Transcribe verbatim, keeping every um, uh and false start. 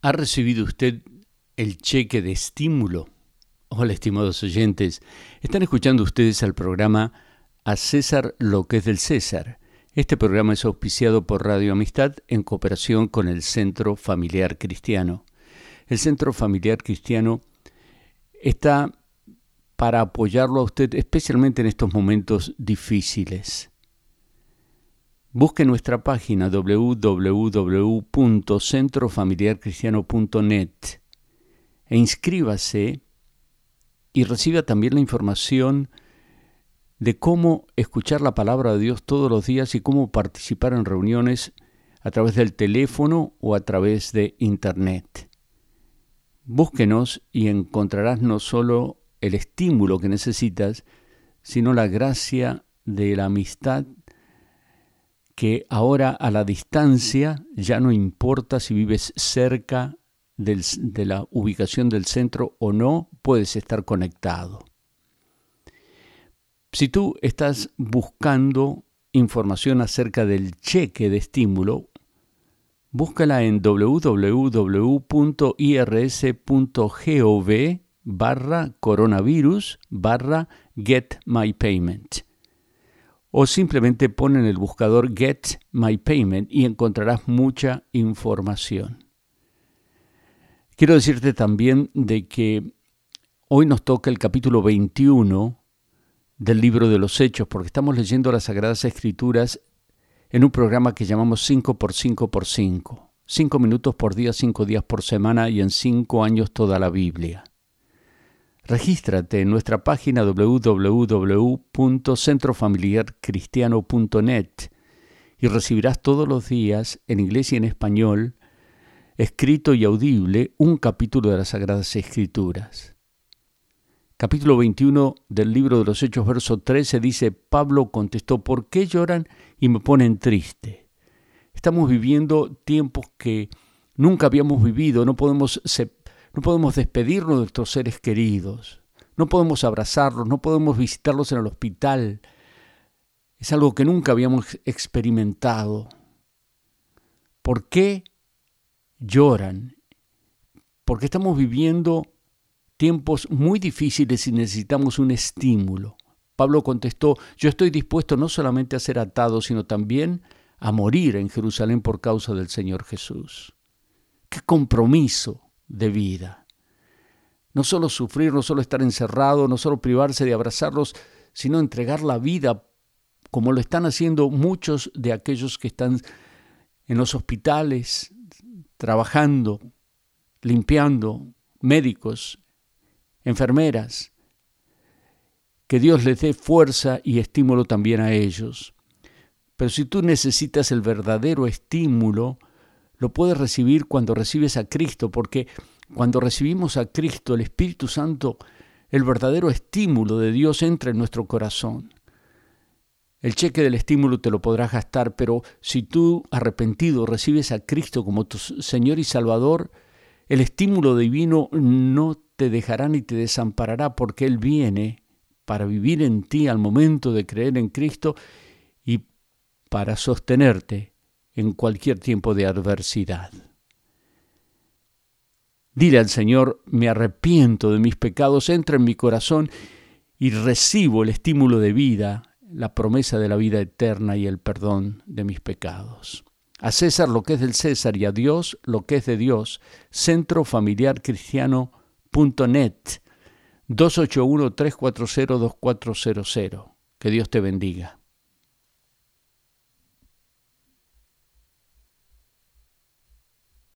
¿Ha recibido usted el cheque de estímulo? Hola, estimados oyentes. Están escuchando ustedes al programa A César lo que es del César. Este programa es auspiciado por Radio Amistad en cooperación con el Centro Familiar Cristiano. El Centro Familiar Cristiano está para apoyarlo a usted, especialmente en estos momentos difíciles. Busque nuestra página doble u doble u doble u punto centro familiar cristiano punto net e inscríbase y reciba también la información de cómo escuchar la palabra de Dios todos los días y cómo participar en reuniones a través del teléfono o a través de Internet. Búsquenos y encontrarás no solo el estímulo que necesitas, sino la gracia de la amistad que ahora a la distancia ya no importa si vives cerca del, de la ubicación del centro o no, puedes estar conectado. Si tú estás buscando información acerca del cheque de estímulo, búscala en doble u doble u doble u punto i r s punto gov barra coronavirus barra get my payment. O simplemente pon en el buscador Get My Payment y encontrarás mucha información. Quiero decirte también de que hoy nos toca el capítulo veintiuno del libro de los Hechos, porque estamos leyendo las Sagradas Escrituras en un programa que llamamos cinco por cinco por cinco. cinco minutos por día, cinco días por semana y en cinco años toda la Biblia. Regístrate en nuestra página doble u doble u doble u punto centro familiar cristiano punto net y recibirás todos los días, en inglés y en español, escrito y audible, un capítulo de las Sagradas Escrituras. Capítulo veintiuno del libro de los Hechos, verso trece, dice: Pablo contestó, ¿por qué lloran y me ponen triste? Estamos viviendo tiempos que nunca habíamos vivido, no podemos separar. No podemos despedirnos de nuestros seres queridos, no podemos abrazarlos, no podemos visitarlos en el hospital. Es algo que nunca habíamos experimentado. ¿Por qué lloran? Porque estamos viviendo tiempos muy difíciles y necesitamos un estímulo. Pablo contestó, yo estoy dispuesto no solamente a ser atado, sino también a morir en Jerusalén por causa del Señor Jesús. ¡Qué compromiso de vida! No solo sufrir, no solo estar encerrado, no solo privarse de abrazarlos, sino entregar la vida como lo están haciendo muchos de aquellos que están en los hospitales, trabajando, limpiando, médicos, enfermeras. Que Dios les dé fuerza y estímulo también a ellos. Pero si tú necesitas el verdadero estímulo, lo puedes recibir cuando recibes a Cristo, porque cuando recibimos a Cristo, el Espíritu Santo, el verdadero estímulo de Dios entra en nuestro corazón. El cheque del estímulo te lo podrás gastar, pero si tú, arrepentido, recibes a Cristo como tu Señor y Salvador, el estímulo divino no te dejará ni te desamparará, porque Él viene para vivir en ti al momento de creer en Cristo y para sostenerte en cualquier tiempo de adversidad. Dile al Señor, me arrepiento de mis pecados, entra en mi corazón y recibo el estímulo de vida, la promesa de la vida eterna y el perdón de mis pecados. A César lo que es del César y a Dios lo que es de Dios. centro familiar cristiano punto net, dos ocho uno, tres cuatro cero, dos cuatro cero cero. Que Dios te bendiga.